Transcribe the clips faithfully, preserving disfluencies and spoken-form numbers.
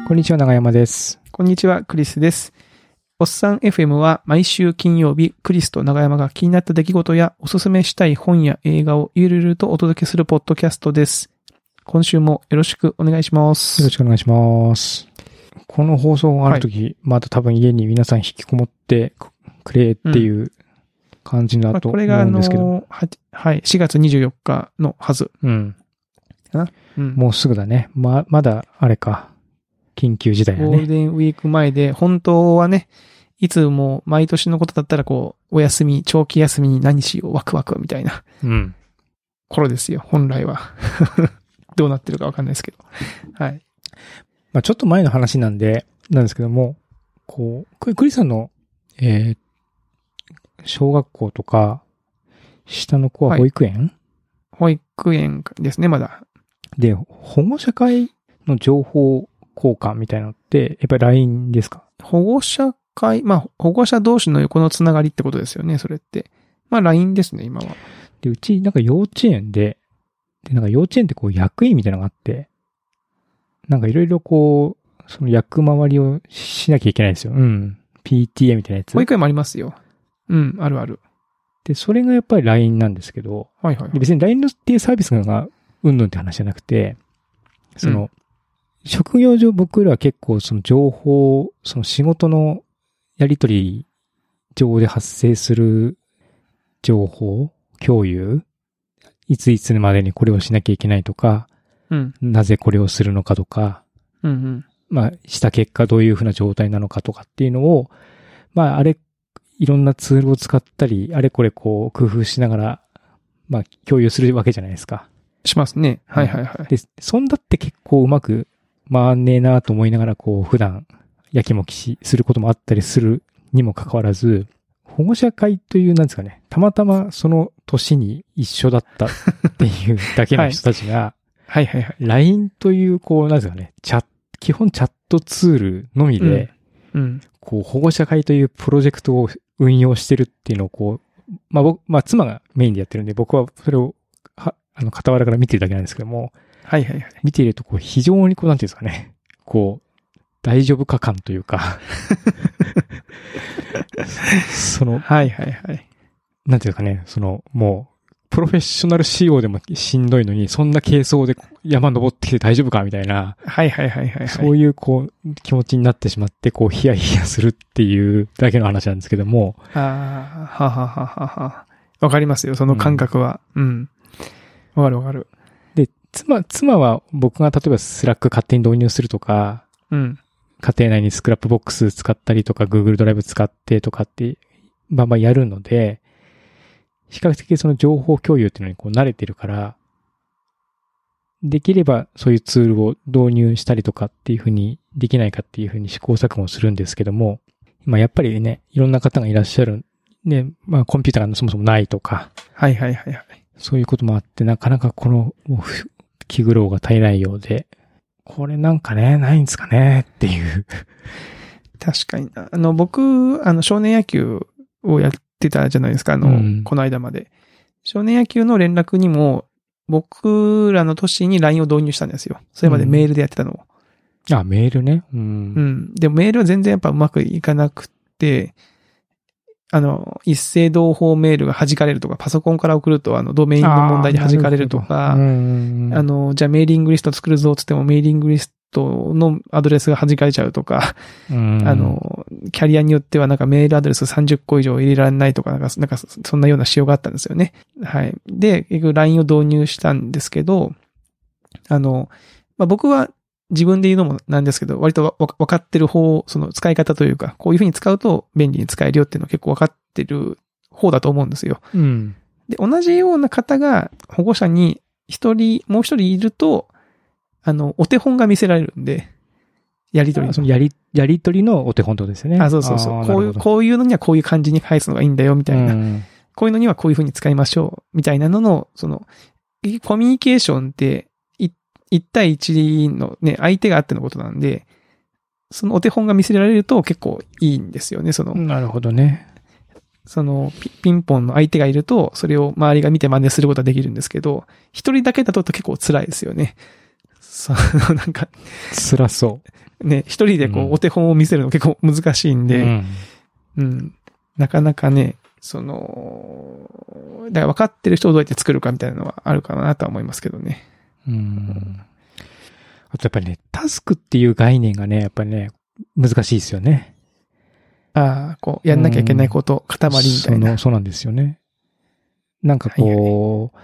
こんにちは、長山です。 こんにちは、クリスです。おっさん エフエム は毎週金曜日、クリスと長山が気になった出来事やおすすめしたい本や映画をゆるゆるとお届けするポッドキャストです。今週もよろしくお願いします。 よろしくお願いします。この放送があるとき、はい、また多分家に皆さん引きこもってくれっていう感じだと思うんですけど。うん、 まあ、これがあのー、はい、しがつにじゅうよっかのはず。 うん。うん、もうすぐだね。ま、まだあれか。緊急事態だね。 ゴールデンウィーク前で、本当はね、いつも毎年のことだったらこう、お休み、長期休みに何しよう、ワクワクみたいな。 うん。 頃ですよ、本来は。どうなってるかわかんないですけど。はい。 まあちょっと前の話なんで、なんですけども、こう、クリさんの、えー、小学校とか、下の子は保育園、はい、 保育園ですね、まだ。 で、保護者会の情報交換みたいなのって、やっぱり ライン ですか？ 保護者会、まあ、保護者同士の横のつながりってことですよね、それって。まあ、ライン ですね、今は。 で、うち、なんか幼稚園で、で、なんか幼稚園ってこう役員みたいなのがあって、なんかいろいろこう、その役回りをしなきゃいけないんですよ。うん。ピーティーエー みたいなやつ。 保育園もありますよ。うん、あるある。 で、それがやっぱり ライン なんですけど、 はいはい、はい。 別に ライン っていうサービスがうんぬんって話じゃなくて、その、うん、職業上僕らは結構その情報、その仕事のやり取り上で発生する情報共有、いついつまでにこれをしなきゃいけないとか、 うん、 なぜこれをするのかとか、 うんうん、 まあした結果どういうふうな状態なのかとかっていうのを、まああれ、いろんなツールを使ったり、あれこれこう工夫しながら、まあ共有するわけじゃないですか。 しますね。はいはいはい。 で、そんだって結構うまく回んねえなと思いながら、こう、普段、やきもきし、することもあったりするにもかかわらず、保護者会という、なんですかね、たまたまその年に一緒だったっていうだけの人たちが、 はい、はいはいはい。 ライン という、こう、なんですかね、チャット、基本チャットツールのみで、 うん、うん、こう、保護者会というプロジェクトを運用してるっていうのを、こう、まあ僕、まあ妻がメインでやってるんで、僕はそれを、は、あの、傍らから見てるだけなんですけども、 はいはいはい。 見ていると、こう、非常にこう、なんていうんですかね。こう、大丈夫か感というか。その、 はいはいはい。 なんていうかね、その、もう、プロフェッショナル仕様でもしんどいのに、そんな軽装で山登ってきて大丈夫かみたいな。 はいはいはいはい、はい。 そういう、こう、気持ちになってしまって、こう、ヒヤヒヤするっていうだけの話なんですけども。 ああ、ははははは。わかりますよ、その感覚は。うん。わ、うん、かるわかる。 妻、妻は僕が例えばスラック勝手に導入するとか、 うん。 家庭内にスクラップボックス使ったりとか、Google ドライブ使ってとかって、バンバンやるので、比較的その情報共有っていうのにこう慣れてるから、できればそういうツールを導入したりとかっていうふうにできないかっていうふうに試行錯誤するんですけども、まあやっぱりね、いろんな方がいらっしゃる。ね、まあコンピューターがそもそもないとか。 はいはいはいはい。 そういうこともあって、なかなかこの、気苦労が絶えないようで、これなんかね、ないんですかねっていう。 確かにな。あの、僕、あの、少年野球をやってたじゃないですか、あの、うん、この間まで。少年野球の連絡にも、僕らの年に ライン を導入したんですよ。それまでメールでやってたのを。 うん、あ、メールね。うん。 うん。でもメールは全然やっぱうまくいかなくて、あの、一斉同胞メールが弾かれるとか、パソコンから送ると、あの、ドメインの問題で弾かれるとか、あの、じゃあメーリングリスト作るぞって言っても、メーリングリストのアドレスが弾かれちゃうとか、あの、キャリアによってはなんかメールアドレスさんじゅっこ以上入れられないとか、なんか、なんかそんなような仕様があったんですよね。はい。で、結局 ライン を導入したんですけど、あの、まあ、僕は、自分で言うのもなんですけど、割とわ分かってる方、その使い方というか、こういう風に使うと便利に使えるよっていうのは結構分かってる方だと思うんですよ。 うん。 で、同じような方が保護者に一人、もう一人いると、あの、お手本が見せられるんで、やりとりの。 そのやり、やりとりのお手本ですね。 あ、そうそうそう。こういう、こういうのにはこういう感じに返すのがいいんだよ、みたいな。うん、こういうのにはこういう風に使いましょう、みたいなのの、その、コミュニケーションって、一対一のね、相手があってのことなんで、そのお手本が見せられると結構いいんですよね、その。 なるほどね。 そのピ、ピンポンの相手がいると、それを周りが見て真似することができるんですけど、一人だけだと結構辛いですよね。 そう、なんか、 辛そう。 ね、一人でこう、うん、お手本を見せるの結構難しいんで、うん、うん。なかなかね、その、だから分かってる人をどうやって作るかみたいなのはあるかなとは思いますけどね。 うん。あとやっぱりね、タスクっていう概念がね、やっぱりね、難しいですよね。 ああ、こう、やんなきゃいけないこと、塊みたいな。 その、そうなんですよね。なんかこう、はいはい、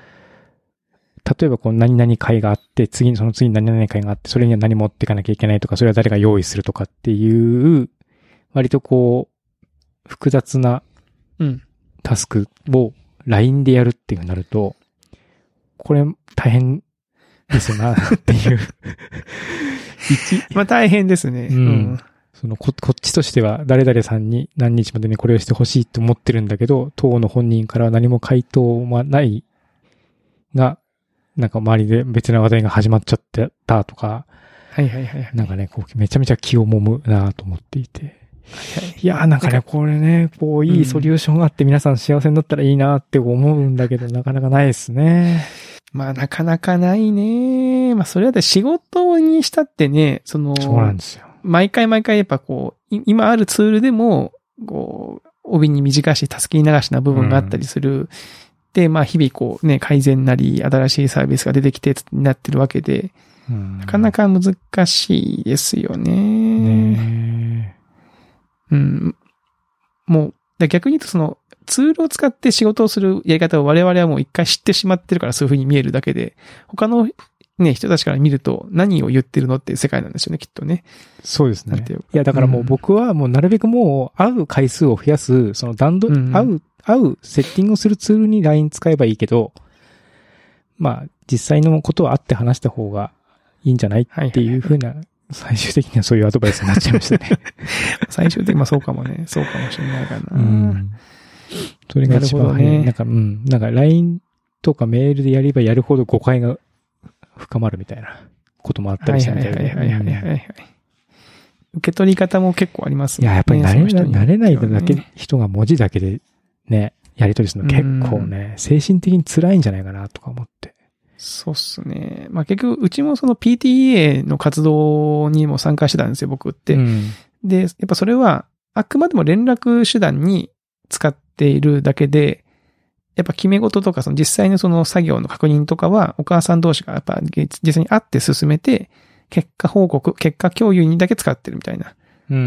例えばこう何々会があって、次にその次に何々会があって、それには何持っていかなきゃいけないとか、それは誰が用意するとかっていう、割とこう、複雑なタスクを ライン でやるっていう風になると、これ大変ですよなっていう。 まあ大変ですね。 うん。うん、そのこ、こっちとしては誰々さんに何日までにこれをしてほしいと思ってるんだけど、当の本人からは何も回答はないが、なんか周りで別な話題が始まっちゃってたとか、 はいはいはい、はい。 なんかね、こうめちゃめちゃ気を揉むなと思っていて。はいはい、いやーなんかね、これね、こういいソリューションがあって皆さん幸せになったらいいなって思うんだけど、なかなかないですね。 まあなかなかないね。まあそれだって仕事にしたってね、その、 そうなんですよ。 毎回毎回やっぱこう、今あるツールでも、こう、帯に短し、たすき流しな部分があったりする。うん、で、まあ日々こうね、改善なり、新しいサービスが出てきてなってるわけで、うん、なかなか難しいですよね。ねうん。もう、逆に言うとその、ツールを使って仕事をするやり方を我々はもう一回知ってしまってるからそういう風に見えるだけで、他のね、人たちから見ると何を言ってるのっていう世界なんですよね、きっとね。 そうですね。いや、だからもう僕はもうなるべくもう会う回数を増やす、その段取り、うん、会う、会う、セッティングをするツールに ライン 使えばいいけど、まあ、実際のことは会って話した方がいいんじゃないっていう風な、最終的にはそういうアドバイスになっちゃいましたね。 最終的にはそうかもね。そうかもしれないかな。うん、 それが一番早い。な、ね、なんか、うん。なんか ライン とかメールでやればやるほど誤解が深まるみたいなこともあったりしたみたいで。はいはいはいはい、はい。 受け取り方も結構ありますね。 いや、やっぱり慣れ、慣れないだけ、人が文字だけでね、やり取りするの結構ね、精神的に辛いんじゃないかなとか思って。 そうっすね。まあ結局、うちもその ピーティーエー の活動にも参加してたんですよ、僕って。うん、で、やっぱそれは、あくまでも連絡手段に使っているだけで、やっぱ決め事とか、その実際のその作業の確認とかは、お母さん同士がやっぱ実際に会って進めて、結果報告、結果共有にだけ使ってるみたいな。うん。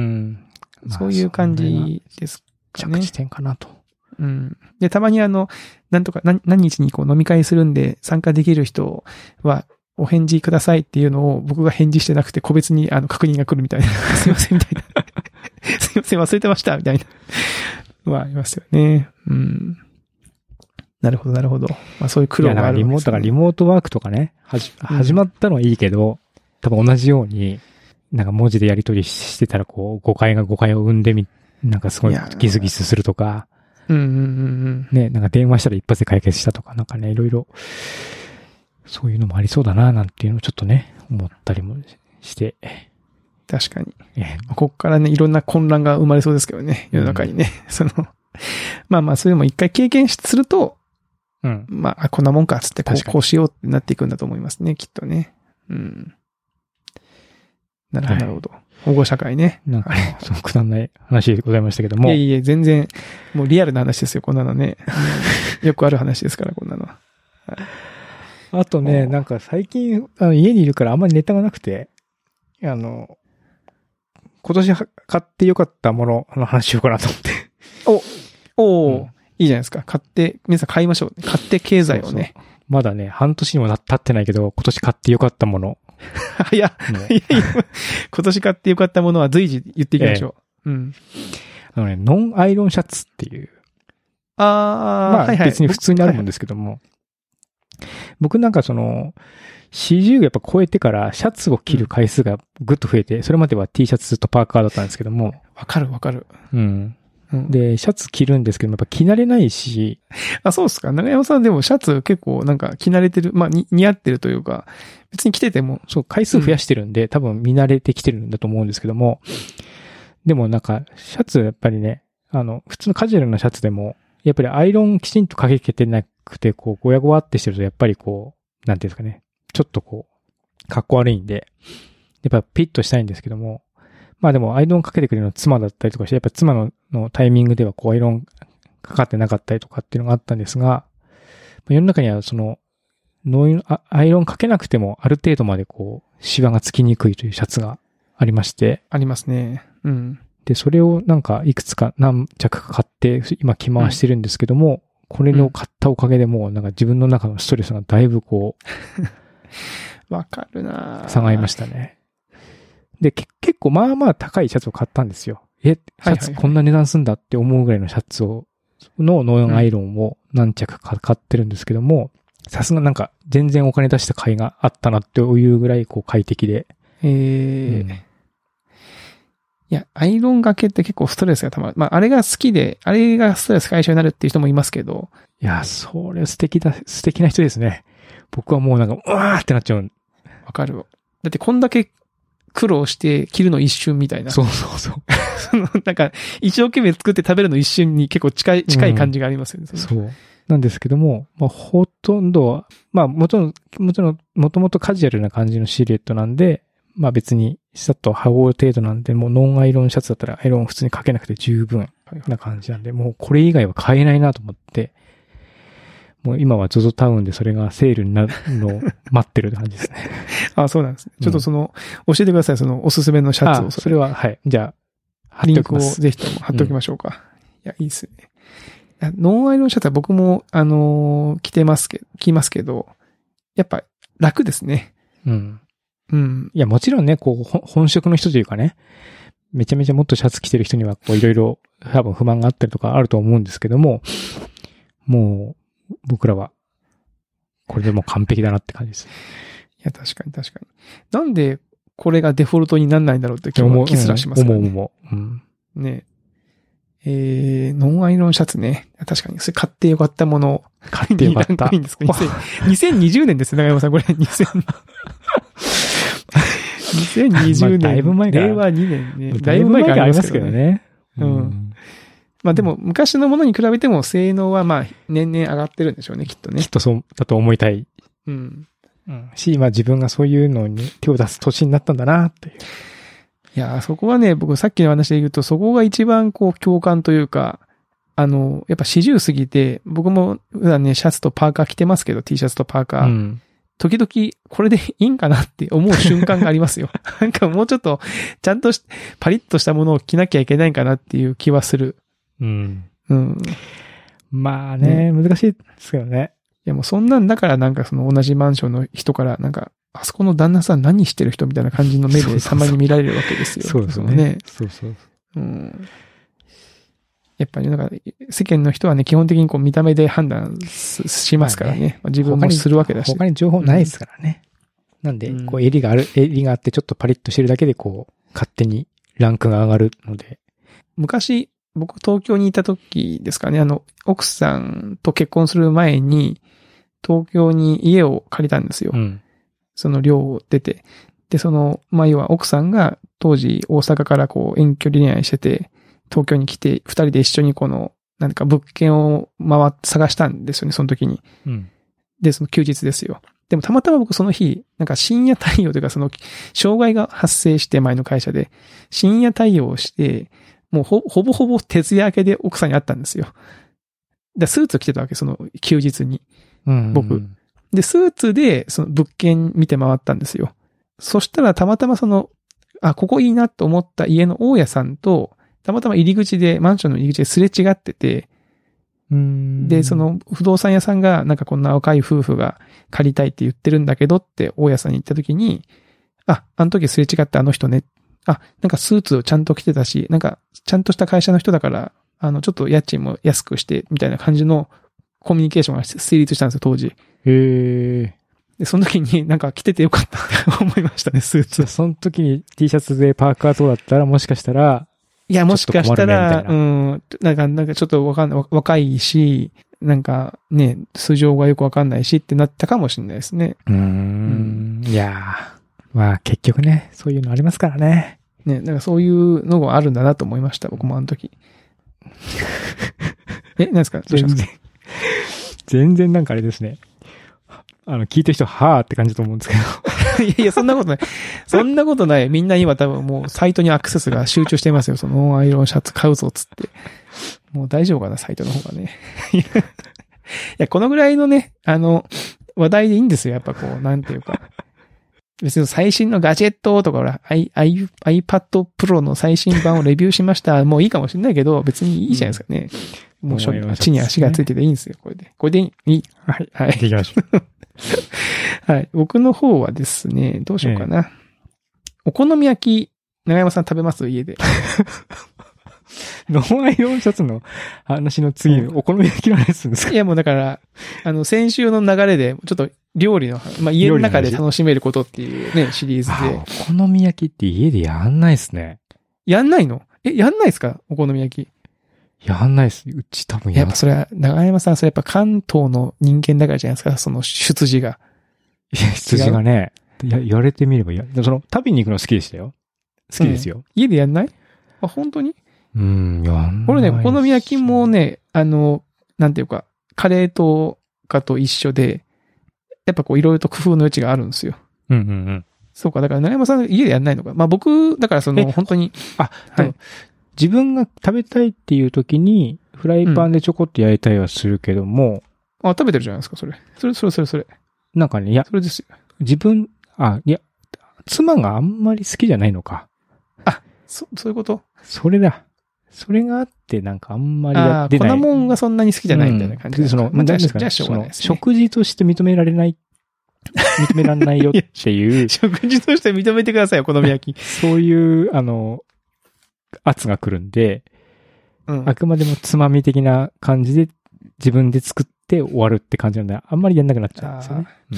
そういう感じですかね。 着地点かなと。 うん。で、たまにあの、なんとか、何、何日にこう飲み会するんで参加できる人はお返事くださいっていうのを僕が返事してなくて個別にあの確認が来るみたいな。すいませんみたいな。すいません忘れてましたみたいな。はありますよね。うん。なるほど、なるほど。まあそういう苦労がある、ね。 いや、リモート、だからリモートワークとかね、はじ、始まったのはいいけど、うん、多分同じように、なんか文字でやり取りしてたらこう、誤解が誤解を生んでみ、なんかすごいギスギスするとか、 うんうんうんうん。 ね、なんか電話したら一発で解決したとか、なんかね、いろいろ、そういうのもありそうだな、なんていうのをちょっとね、思ったりもして。 確かに。えー、ここからね、いろんな混乱が生まれそうですけどね、世の中にね。うん、その、まあまあ、そういうのも一回経験すると、うん。まあ、こんなもんか、つってこう、こうしようってなっていくんだと思いますね、きっとね。うん。なるほど、なるほど。保護社会ね。 なんか、そのくだんない話でございましたけども。 いえいえ、全然、もうリアルな話ですよ、こんなのね。よくある話ですから、こんなのは。はい、 あとね、なんか最近、あの家にいるからあんまりネタがなくて、あの、今年買ってよかったものの話しようかなと思って。 お、おー、うん、いいじゃないですか。買って、皆さん買いましょう。買って経済をね。そうそうまだね、半年にも経ってないけど、今年買ってよかったもの。 いや、いやいや、今年買ってよかったものは随時言っていきましょう。えー、うん。 あのね、ノンアイロンシャツっていう。 ああ、 まあ、はいはい、別に普通にあるんですけども。はいはい、僕なんかその、よんじゅうやっぱ超えてからシャツを着る回数がぐっと増えて、うん、それまでは T シャツとパーカーだったんですけども。 わかるわかる。 うん。で、シャツ着るんですけども、やっぱ着慣れないし。 あ、そうっすか。長山さんでもシャツ結構なんか着慣れてる、まあ、に似合ってるというか、別に着てても。 そう、回数増やしてるんで、うん、多分見慣れてきてるんだと思うんですけども。でもなんか、シャツやっぱりね、あの、普通のカジュアルなシャツでも、やっぱりアイロンきちんとかけてなくて、こう、ごやごわってしてると、やっぱりこう、なんていうんですかね。ちょっとこう、 かっこ悪いんで、やっぱピッとしたいんですけども、まあでもアイロンかけてくれるの妻だったりとかして、やっぱ妻ののタイミングではこうアイロンかかってなかったりとかっていうのがあったんですが、世の中にはその、ノイアイロンかけなくてもある程度までこう、シワがつきにくいというシャツがありまして。 ありますね。うん。 で、それをなんかいくつか何着か買って今着回してるんですけども、うん、これの買ったおかげでもうなんか自分の中のストレスがだいぶこう、わかるなぁ。下がりましたね。で、結構まあまあ高いシャツを買ったんですよ。え、シャツこんな値段すんだって思うぐらいのシャツを、のノンアイロンを何着か買ってるんですけども、さすがなんか全然お金出した甲斐があったなっていうぐらいこう快適で。 えー、うん、いや、アイロンがけって結構ストレスがたまる。まあ、あれが好きで、あれがストレス解消になるっていう人もいますけど。 いや、それ素敵だ、素敵な人ですね。僕はもうなんか、うわーってなっちゃう。 わかる。だってこんだけ苦労して着るの一瞬みたいな。 そうそうそう。 その、なんか、一生懸命作って食べるの一瞬に結構近い、近い感じがありますよね。 うん、そう。なんですけども、まあ、ほとんどは、まあ、もちろん、もちろん、もともとカジュアルな感じのシルエットなんで、まあ別に、さっと羽織る程度なんで、もうノンアイロンシャツだったらアイロン普通にかけなくて十分な感じなんで、もうこれ以外は買えないなと思って、もう今は ゾゾ タウンでそれがセールになるのを待ってる感じですね。 あ、そうなんですね。ちょっとその、うん、教えてください、そのおすすめのシャツを。 それは、はい。じゃあ、リンクをぜひとも貼っておきましょうか。うん、いや、いいですね。ノンアイロンシャツは僕も、あのー、着てますけど、着ますけど、やっぱ楽ですね。 うん。 うん。 いや、もちろんね、こう、本職の人というかね、めちゃめちゃもっとシャツ着てる人には、こう、いろいろ、多分不満があったりとかあると思うんですけども、もう、僕らは、これでもう完璧だなって感じです。 いや、確かに確かに。なんで、これがデフォルトになんないんだろうって気も気すらしますね。 思う思う。うん。 ねえー、ノンアイロンシャツね。確かに、それ買ってよかったもの。 買ってよかった。 いいんですかにせんにじゅうねんですね、長山さん、これ。にせんにじゅうねん。 だいぶ前から。 れいわにねんね。 だいぶ前からありますけどね。 うん。まあでも、昔のものに比べても性能はまあ、年々上がってるんでしょうね、きっとね。 きっとそうだと思いたい。 うん。 うん。し、まあ自分がそういうのに手を出す年になったんだな、っていう。 いや、そこはね、僕さっきの話で言うと、そこが一番こう共感というか、あの、やっぱよんじゅう過ぎて、僕も普段ね、シャツとパーカー着てますけど、T シャツとパーカー。うん、時々、これでいいんかなって思う瞬間がありますよ。なんかもうちょっと、ちゃんとパリッとしたものを着なきゃいけないかなっていう気はする。 うん。 うん。 まあね、ね難しいですけどね。 いやもうそんなんだからなんかその同じマンションの人からなんか、あそこの旦那さん何してる人みたいな感じの目でたまに見られるわけですよ。 そうですね。そうそう。 うん。やっぱりなんか世間の人はね、基本的にこう見た目で判断しますからね。まあねまあ、自分もするわけだし。 他に情報ないですからね。うん、なんで、こう襟がある、襟があってちょっとパリッとしてるだけでこう、勝手にランクが上がるので。 昔、僕東京にいた時ですかね、あの、奥さんと結婚する前に、東京に家を借りたんですよ。 うんその寮を出て。で、その、まあ、要は奥さんが当時大阪からこう遠距離恋愛してて、東京に来て、二人で一緒にこの、なんか物件を回って探したんですよね、その時に。 うん、 で、その休日ですよ。でもたまたま僕その日、なんか深夜対応というかその、障害が発生して前の会社で、深夜対応をして、もうほほぼほぼ徹夜明けで奥さんに会ったんですよ。で、スーツ着てたわけ、その休日に。 うん僕。うんで、スーツで、その物件見て回ったんですよ。そしたらたまたまその、あ、ここいいなと思った家の大家さんと、たまたま入り口で、マンションの入り口ですれ違ってて、 うーんで、その不動産屋さんが、なんかこんな若い夫婦が借りたいって言ってるんだけどって大家さんに言った時に、あ、あの時すれ違ったあの人ね。あ、なんかスーツをちゃんと着てたし、なんかちゃんとした会社の人だから、あの、ちょっと家賃も安くして、みたいな感じのコミュニケーションが成立したんですよ、当時。 へー。 で、その時になんか着ててよかったって思いましたね、スーツ。 その時に T シャツでパーカーとだったらもしかしたら、 いや、もしかしたら、うん、なんか、なんかちょっとわかんない、若いし、なんかね、素性がよくわかんないしってなったかもしれないですね。 うーん。いやー、まあ結局ね、そういうのありますからね。 ね、なんかそういうのがあるんだなと思いました、僕もあの時。え、何ですか全然。全然なんかあれですね。あの、聞いてる人、はーって感じだと思うんですけど。 いやいや、そんなことない。そんなことない。みんな今多分もうサイトにアクセスが集中してますよ。そのノンアイロンシャツ買うぞっつって。もう大丈夫かな、サイトの方がね。いや、このぐらいのね、あの、話題でいいんですよ。やっぱこう、なんていうか。別に最新のガジェットとか、ほら、I、I、iPad Pro の最新版をレビューしました。もういいかもしれないけど、別にいいじゃないですかね。うん、もうしょ、地に足がついてていいんですよ。これで。これでいい。はい。はい。 できましょう。 はい。僕の方はですね、どうしようかな。ええ、お好み焼き、長山さん食べます家で。 ノンアイロンシャツの話の次、お好み焼きの話するんですか？ いやもうだから、あの、先週の流れで、ちょっと料理の、まあ、家の中で楽しめることっていうね、シリーズで。 お好み焼きって家でやんないっすね。 やんないの？え、やんないっすか？お好み焼き。 やんないっす。うち多分やんない。 やっぱそれは、長山さん、それやっぱ関東の人間だからじゃないですか、その出自が。 いや、出自がね、や、言われてみればや、その、食べに行くの好きでしたよ。好きですよ。うん、 家でやんない？あ、本当に？ うん、やんない。 これね、お好み焼きもね、あの、なんていうか、カレーとかと一緒で、やっぱこういろいろと工夫の余地があるんですよ。 うんうんうん。 そうか、だから長山さん家でやんないのか。まあ僕、だからその本当に、 あ、はい。自分が食べたいっていう時に、フライパンでちょこっと焼いたりはするけども、 うん、あ、食べてるじゃないですか、それ。それ、それ、それ、それ。 なんかね、いや、 それですよ。 自分、あ、いや、妻があんまり好きじゃないのか。 あ、そ、そういうこと？ それだ。それがあって、なんかあんまりやってない。 あ、粉もんがそんなに好きじゃないみたいな感じで、うん、 その、 まあ、じゃあ、 じゃあしょうがないですね。 食事として認められない、認められないよっていう。 食事として認めてくださいよ、お好み焼き。 そういう、あの、圧が来るんで、うん、あくまでもつまみ的な感じで自分で作って終わるって感じなんで、あんまりやんなくなっちゃうんですよね。 うん、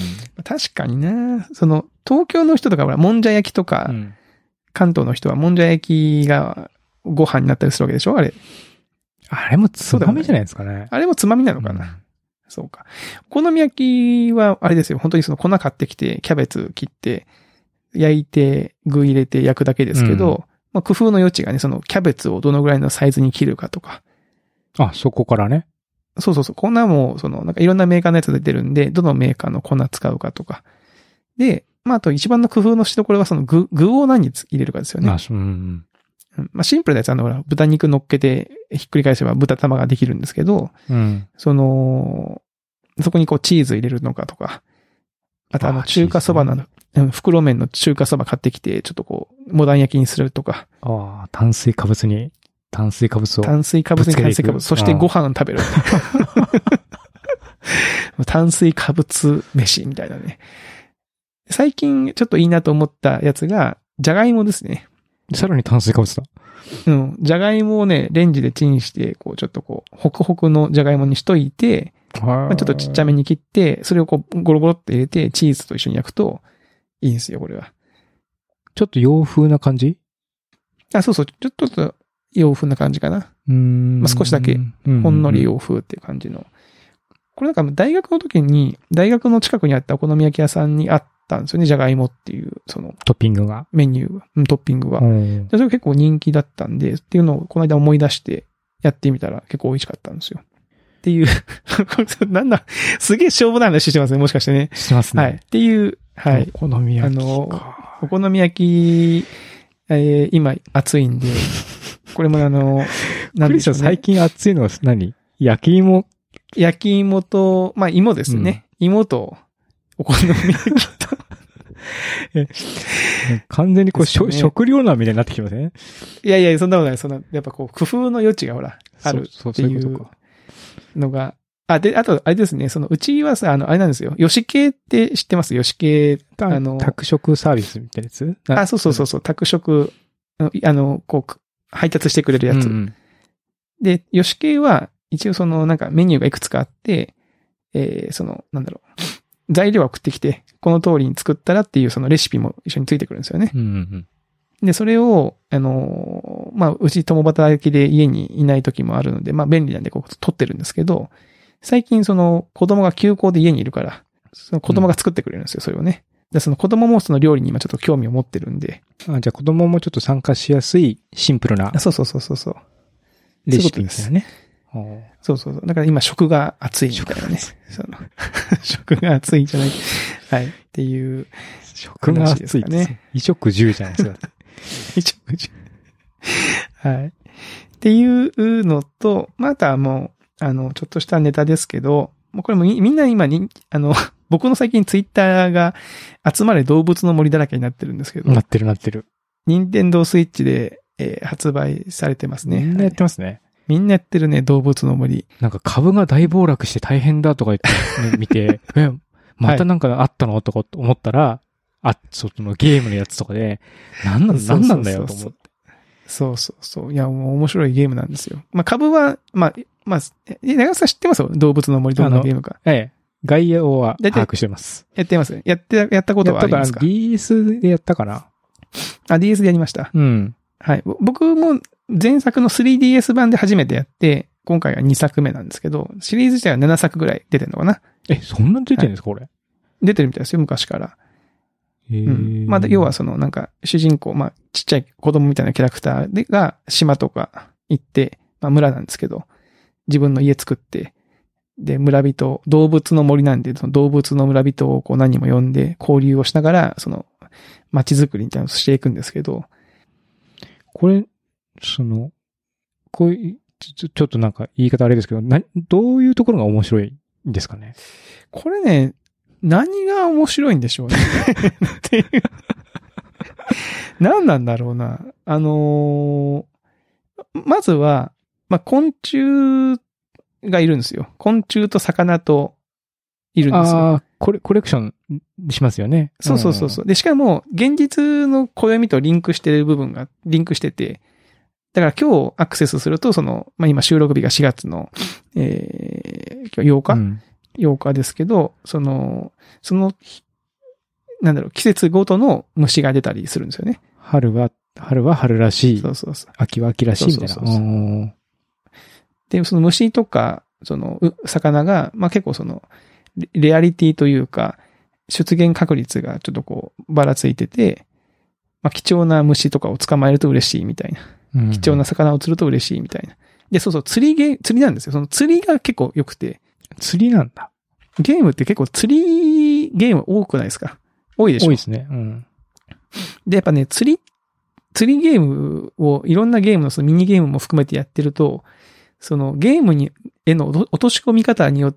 確かにな。その、東京の人とかは、もんじゃ焼きとか、うん、関東の人はもんじゃ焼きがご飯になったりするわけでしょあれ。 あれもつまみじゃないですかね。 あれもつまみなのかな、うん、そうか。お好み焼きは、あれですよ。本当にその粉買ってきて、キャベツ切って、焼いて、具入れて焼くだけですけど、うん、まあ、工夫の余地がね、そのキャベツをどのぐらいのサイズに切るかとか。 あ、そこからね。 そうそうそう。粉も、その、なんかいろんなメーカーのやつ出てるんで、どのメーカーの粉使うかとか。で、まあ、あと一番の工夫のしどころはその具、具を何に入れるかですよね。 あ、そう。うん、 まあ、シンプルなやつは、あの、ほら、豚肉乗っけてひっくり返せば豚玉ができるんですけど、 うん、 その、そこにこうチーズ入れるのかとか、あとあの、中華そばの、ね、袋麺の中華そば買ってきて、ちょっとこう、モダン焼きにするとか。 ああ、炭水化物に、炭水化物を。 炭水化物に炭水化物。そしてご飯食べる。炭水化物飯みたいなね。最近ちょっといいなと思ったやつが、じゃがいもですね。 さらに炭水化物だ。 うん。じゃがいもをね、レンジでチンして、こう、ちょっとこう、ホクホクのじゃがいもにしといて、まあ、ちょっとちっちゃめに切って、それをこう、ゴロゴロって入れて、チーズと一緒に焼くと、いいんですよ、これは。 ちょっと洋風な感じ？ あ、そうそう。ちょっと洋風な感じかな。 うーん。 まあ、少しだけ、ほんのり洋風っていう感じの。これなんか大学の時に、大学の近くにあったお好み焼き屋さんにあったんですよね。じゃがいもっていう、その。 トッピングが。 メニューが。うん、トッピングが。でそれが結構人気だったんで、っていうのをこの間思い出してやってみたら結構美味しかったんですよ。っていう、なんだ、すげえ勝負な話してますね、もしかしてね。 してますね。 はい。っていう、はい。 お好み焼きか。 あの、お好み焼き、えー、今暑いんで、これもあの、 なんでしょうね。最近暑いのは何？焼き芋？ 焼き芋と、まあ芋ですね。うん、芋と、お好み焼きと。 完全にこう、ね、食料難みたいになってきません、ね？ いやいや、そんなことない。そんな、やっぱこう、工夫の余地がほら、あるっていうのが。あ、で、あと、あれですね、その、うちはさ、あの、あれなんですよ。吉系って知ってます？吉系、 あの、宅食サービスみたいなやつ？ あ、そうそうそうそう、宅食、あの、こう、配達してくれるやつ。うんうん、で、吉系は、一応その、なんかメニューがいくつかあって、えー、その、なんだろう。材料を送ってきて、この通りに作ったらっていうそのレシピも一緒についてくるんですよね。 うんうん、 で、それを、あのー、まあ、うち共働きで家にいない時もあるので、まあ、便利なんでこう、取ってるんですけど、最近その、子供が休校で家にいるから、その子供が作ってくれるんですよ、うん、それをね。で、その子供もその料理に今ちょっと興味を持ってるんで。 あ、じゃあ子供もちょっと参加しやすいシンプルな。 そうそうそうそうそう。 レシピみたいなね。 そうそうそう。だから今食が熱いみたいなね。その食が熱いじゃない。 はい。っていう。 食が熱いですね。衣食住じゃないですか。 衣食住。はい。っていうのと、またもう、あの、ちょっとしたネタですけど、もうこれもみんな今に、あの、僕の最近ツイッターが集まれ動物の森だらけになってるんですけど。 なってるなってる。 任天堂スイッチで、えー、発売されてますね。 みんなやってますね。はい、 みんなやってるね、動物の森。 なんか株が大暴落して大変だとか言って、ね、見て、え、またなんかあったのとか思ったら、あ、そのゲームのやつとかで、なんなん、なんなんだよと思って。 そうそうそう。いや、もう面白いゲームなんですよ。まあ、株は、まあ、まあ、え、長さん知ってますよ？動物の森どんなゲームか。 ええ。概要は把握してます。 やってます。やって、やったことはありますか？ ディーエス でやったかな？ あ、ディーエス でやりました。 うん。 はい。僕も前作の スリーディーエス 版で初めてやって、今回がにさくめなんですけど、シリーズ自体はななさくぐらい出てるのかな？ え、そんなに出てるんですか、はい、これ。 出てるみたいですよ、昔から。 へー。 うん。まあ、要はそのなんか主人公、まあ、ちっちゃい子供みたいなキャラクターでが島とか行って、まあ村なんですけど、自分の家作って、で、村人、動物の森なんで、その動物の村人をこう何人も呼んで交流をしながら、その街づくりみたいなのをしていくんですけど。 これ、その、こういう、ちょ、ちょっとなんか言い方あれですけど、な、どういうところが面白いんですかね？ これね、何が面白いんでしょうね。っていう。何なんだろうな。あのー、まずは、まあ、昆虫がいるんですよ。昆虫と魚といるんですよ。 ああ、コレ、コレクションしますよね。 そうそうそうそう。で、しかも、現実の暦とリンクしてる部分が、リンクしてて、だから今日アクセスすると、その、まあ、今収録日がしがつの、えー、今日ようか、うん、ようかですけど、その、その、なんだろう、季節ごとの虫が出たりするんですよね。 春は、春は春らしい。 そうそうそう。 秋は秋らしいみたいな。そうそうそう。 で、その虫とか、その、魚が、まあ、結構その、レアリティというか、出現確率がちょっとこう、ばらついてて、まあ、貴重な虫とかを捕まえると嬉しいみたいな。うん、貴重な魚を釣ると嬉しいみたいな。で、そうそう、釣りゲー、釣りなんですよ。その釣りが結構良くて。 釣りなんだ。 ゲームって結構釣りゲーム多くないですか？多いでしょ？ 多いですね。うん。 で、やっぱね、釣り、釣りゲームをいろんなゲームのそのミニゲームも含めてやってると、そのゲームに、への落とし込み方によって、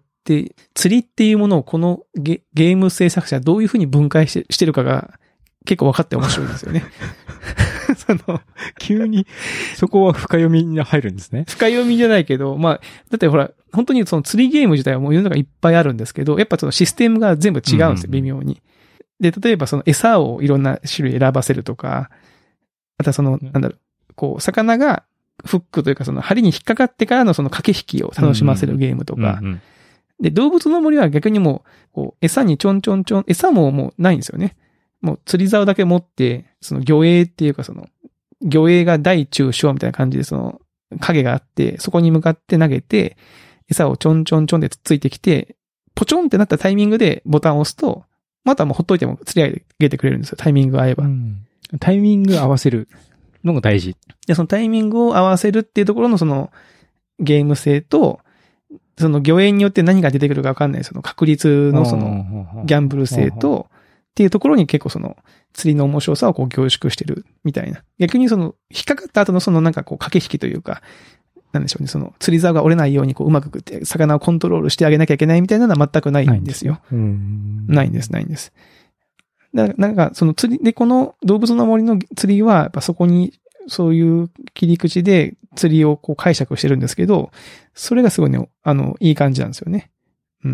釣りっていうものをこの ゲ, ゲーム制作者はどういうふうに分解して、してるかが結構分かって面白いんですよね。 その、急に、そこは深読みに入るんですね。 深読みじゃないけど、まあ、だってほら、本当にその釣りゲーム自体はもう世の中いっぱいあるんですけど、やっぱそのシステムが全部違うんですよ、微妙に。で、例えばその餌をいろんな種類選ばせるとか、またその、なんだろう、こう、魚がフックというかその針に引っかかってからのその駆け引きを楽しませるゲームとか、うんうん、で、動物の森は逆にもう、こう、餌にちょんちょんちょん、餌ももうないんですよね。もう釣り竿だけ持って、その魚影っていうかその、魚影が大中小みたいな感じでその影があって、そこに向かって投げて、餌をちょんちょんちょんでついてきて、ポチョンってなったタイミングでボタンを押すと、またもうほっといても釣り上げてくれるんですよ。タイミングが合えば。うん、 タイミング合わせるのが大事。 で、そのタイミングを合わせるっていうところのそのゲーム性と、その魚影によって何が出てくるかわかんないその確率のそのギャンブル性と、っていうところに結構その釣りの面白さをこう凝縮してるみたいな。逆にその引っかかった後のそのなんかこう駆け引きというか、なんでしょうね、その釣り竿が折れないようにこううまくって魚をコントロールしてあげなきゃいけないみたいなのは全くないんですよ。 ないんです、 ないんです、ないんです。だからなんかその釣りでこの動物の森の釣りはやっぱそこにそういう切り口で釣りをこう解釈してるんですけど、それがすごいね、あの、いい感じなんですよね。うん。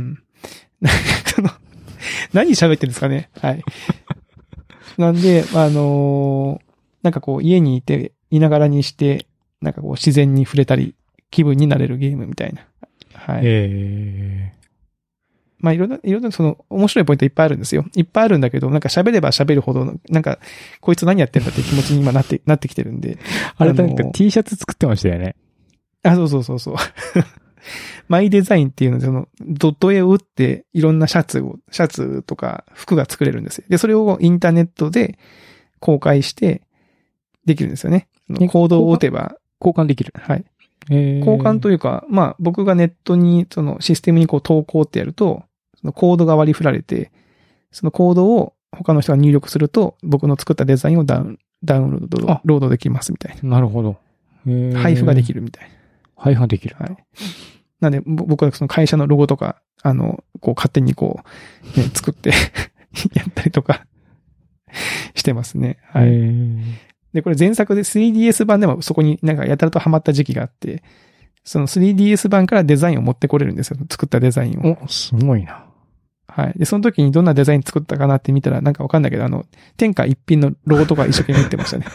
何喋ってるんですかね。はい。なんで、あのー、なんかこう家にいて、いながらにして、なんかこう自然に触れたり、気分になれるゲームみたいな。はい。 えー、 まあいろんな、いろんなその面白いポイントいっぱいあるんですよ。いっぱいあるんだけど、なんか喋れば喋るほど、なんか、こいつ何やってんだって気持ちに今なって、なってきてるんで。 あれなんか T シャツ作ってましたよね。 あ、そうそうそうそう。マイデザインっていうので、その、ドット絵を打って、いろんなシャツを、シャツとか服が作れるんですよ。で、それをインターネットで公開して、できるんですよね。コードを打てば。 交換できる。 はい。交換というか、まあ、僕がネットに、そのシステムにこう投稿ってやると、そのコードが割り振られて、 そのコードを他の人が入力すると、僕の作ったデザインをダウン、ダウンロード、ロードできますみたいな。 なるほど。 配布ができるみたいな。 配布ができる。 はい。なんで、僕はその会社のロゴとか、あの、こう勝手にこう、ね、作ってやったりとかしてますね。はい。で、これ前作で スリーディーエス 版でもそこになんかやたらとハマった時期があって、その スリーディーエス 版からデザインを持ってこれるんですよ。作ったデザインを。 お、すごいな。 はい。で、その時にどんなデザイン作ったかなって見たらなんかわかんないけど、あの、天下一品のロゴとか一生懸命言ってましたね。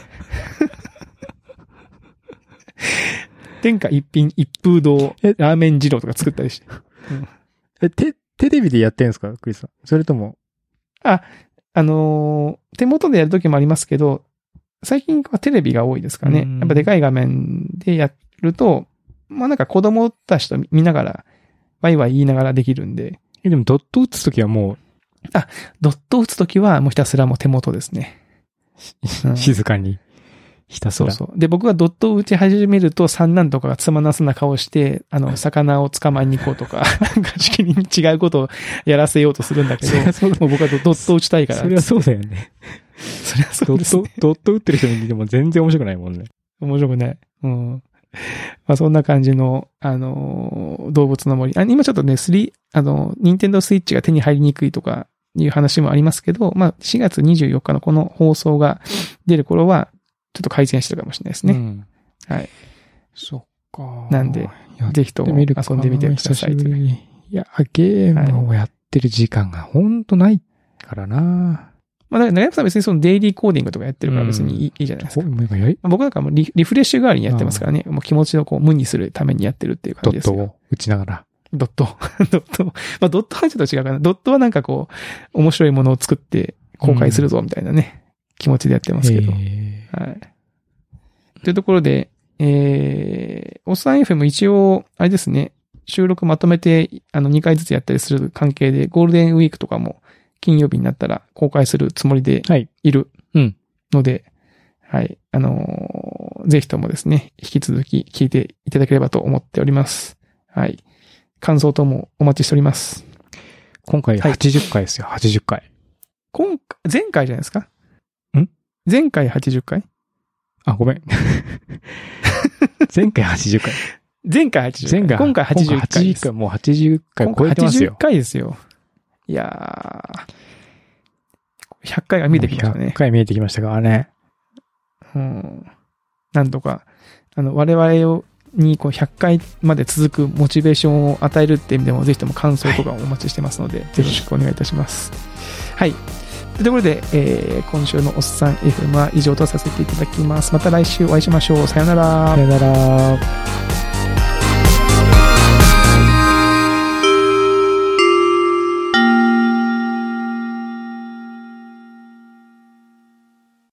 天下一品一風堂ラーメン二郎とか作ったりして。うん、 え、テ、テレビでやってるんですかクリスさん。それとも。 あ、あのー、手元でやる時もありますけど、最近はテレビが多いですかね。やっぱでかい画面でやると、まあなんか子供たちと見ながら、ワイワイ言いながらできるんで。 え、でもドット打つときはもう。 あ、ドット打つときはもうひたすらもう手元ですね。 うん、静かに。ひたすら。 そうそう。で、僕がドットを打ち始めると、三男とかがつまなすな顔して、あの、魚を捕まえに行こうとか、なんかしきりに違うことをやらせようとするんだけど、もう僕はドット打ちたいから。 それはそうだよね。 それはそうですね。 ドット、ドット打ってる人見ても全然面白くないもんね。 面白くない。うん。まあそんな感じの、あのー、動物の森。あ、今ちょっとね、スリー、あの、ニンテンドースイッチが手に入りにくいとかいう話もありますけど、まあしがつにじゅうよっかのこの放送が出る頃は、ちょっと改善してるかもしれないですね。うん、はい。 そっか。 なんで、ぜひとも遊んでみてください。 いや、ゲームをやってる時間がほんとないからな。 まあ、だから、長山さん別にそのデイリーコーディングとかやってるから別にいい、うん、いいじゃないですか。僕なんかもう リ, リフレッシュ代わりにやってますからね。もう気持ちをこう無にするためにやってるっていう感じですよ。 ドットを打ちながら。 ドット。ドット。まあ、ドットはちょっと違うかな。ドットはなんかこう、面白いものを作って公開するぞみたいなね、うん、気持ちでやってますけど。はい。というところで、えー、おっさん エフエム 一応、あれですね、収録まとめて、あの、にかいずつやったりする関係で、ゴールデンウィークとかも金曜日になったら公開するつもりでいるので、はい、うんはい、あのー、ぜひともですね、引き続き聞いていただければと思っております。はい。感想等もお待ちしております。 今回はちじゅっかいですよ、はい、はちじゅっかい。 今回、前回じゃないですか？ ん？ 前回はちじゅっかい？ あ、ごめん。前回はちじゅっかい。 前回はちじゅっかい。 前回今回はちじゅっかい。 はちじゅっかい、もうはちじゅっかい超えてますよ。 はちじゅっかいですよ。いやー。ひゃっかいが見えてきましたね。 ひゃっかい見えてきましたからね。 うん。なんとか、あの、我々を、にこうひゃっかいまで続くモチベーションを与えるって意味でも、ぜひとも感想とかをお待ちしてますので、はい、よろしくお願いいたします。はい。というところで、えー、今週のおっさん エフエム は以上とさせていただきます。また来週お会いしましょう。さよなら。 さよなら。